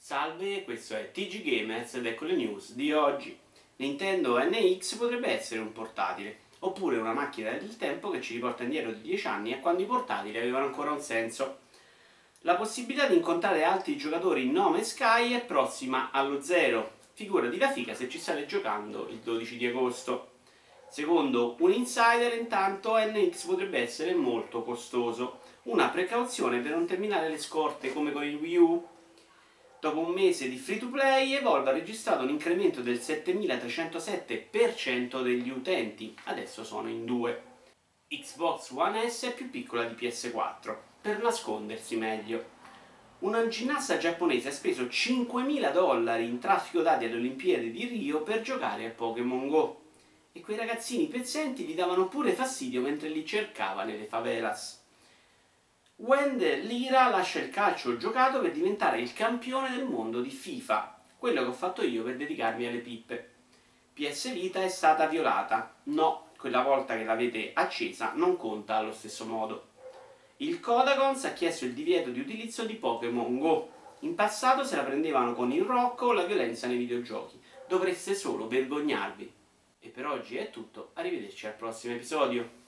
Salve, questo è TG Gamers ed ecco le news di oggi. Nintendo NX potrebbe essere un portatile, oppure una macchina del tempo che ci riporta indietro di 10 anni a quando i portatili avevano ancora un senso. La possibilità di incontrare altri giocatori in Nome Sky è prossima allo zero. Figurati la figa se ci state giocando il 12 di agosto. Secondo un insider, intanto, NX potrebbe essere molto costoso. Una precauzione per non terminare le scorte come con il Wii U. Dopo un mese di free to play, Evolve ha registrato un incremento del 7307% degli utenti, adesso sono in 2. Xbox One S è più piccola di PS4, per nascondersi meglio. Una ginnasta giapponese ha speso $5.000 in traffico dati alle Olimpiadi di Rio per giocare a Pokémon Go. E quei ragazzini pezzenti gli davano pure fastidio mentre li cercava nelle favelas. Wendell Lira lascia il calcio giocato per diventare il campione del mondo di FIFA, quello che ho fatto io per dedicarmi alle pippe. PS Vita è stata violata. No, quella volta che l'avete accesa non conta allo stesso modo. Il Kodakons ha chiesto il divieto di utilizzo di Pokémon Go. In passato se la prendevano con il rock o la violenza nei videogiochi. Dovreste solo vergognarvi. E per oggi è tutto, arrivederci al prossimo episodio.